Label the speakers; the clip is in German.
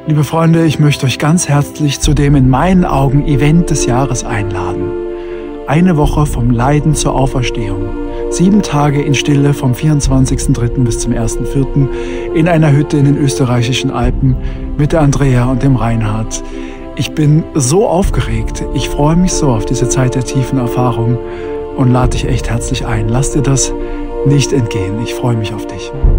Speaker 1: Liebe Freunde, ich möchte euch ganz herzlich zu dem in meinen Augen Event des Jahres einladen. Eine Woche vom Leiden zur Auferstehung. 7 Tage in Stille vom 24.03. bis zum 1.04. in einer Hütte in den österreichischen Alpen mit der Andrea und dem Reinhard. Ich bin so aufgeregt. Ich freue mich so auf diese Zeit der tiefen Erfahrung und lade dich echt herzlich ein. Lass dir das nicht entgehen. Ich freue mich auf dich.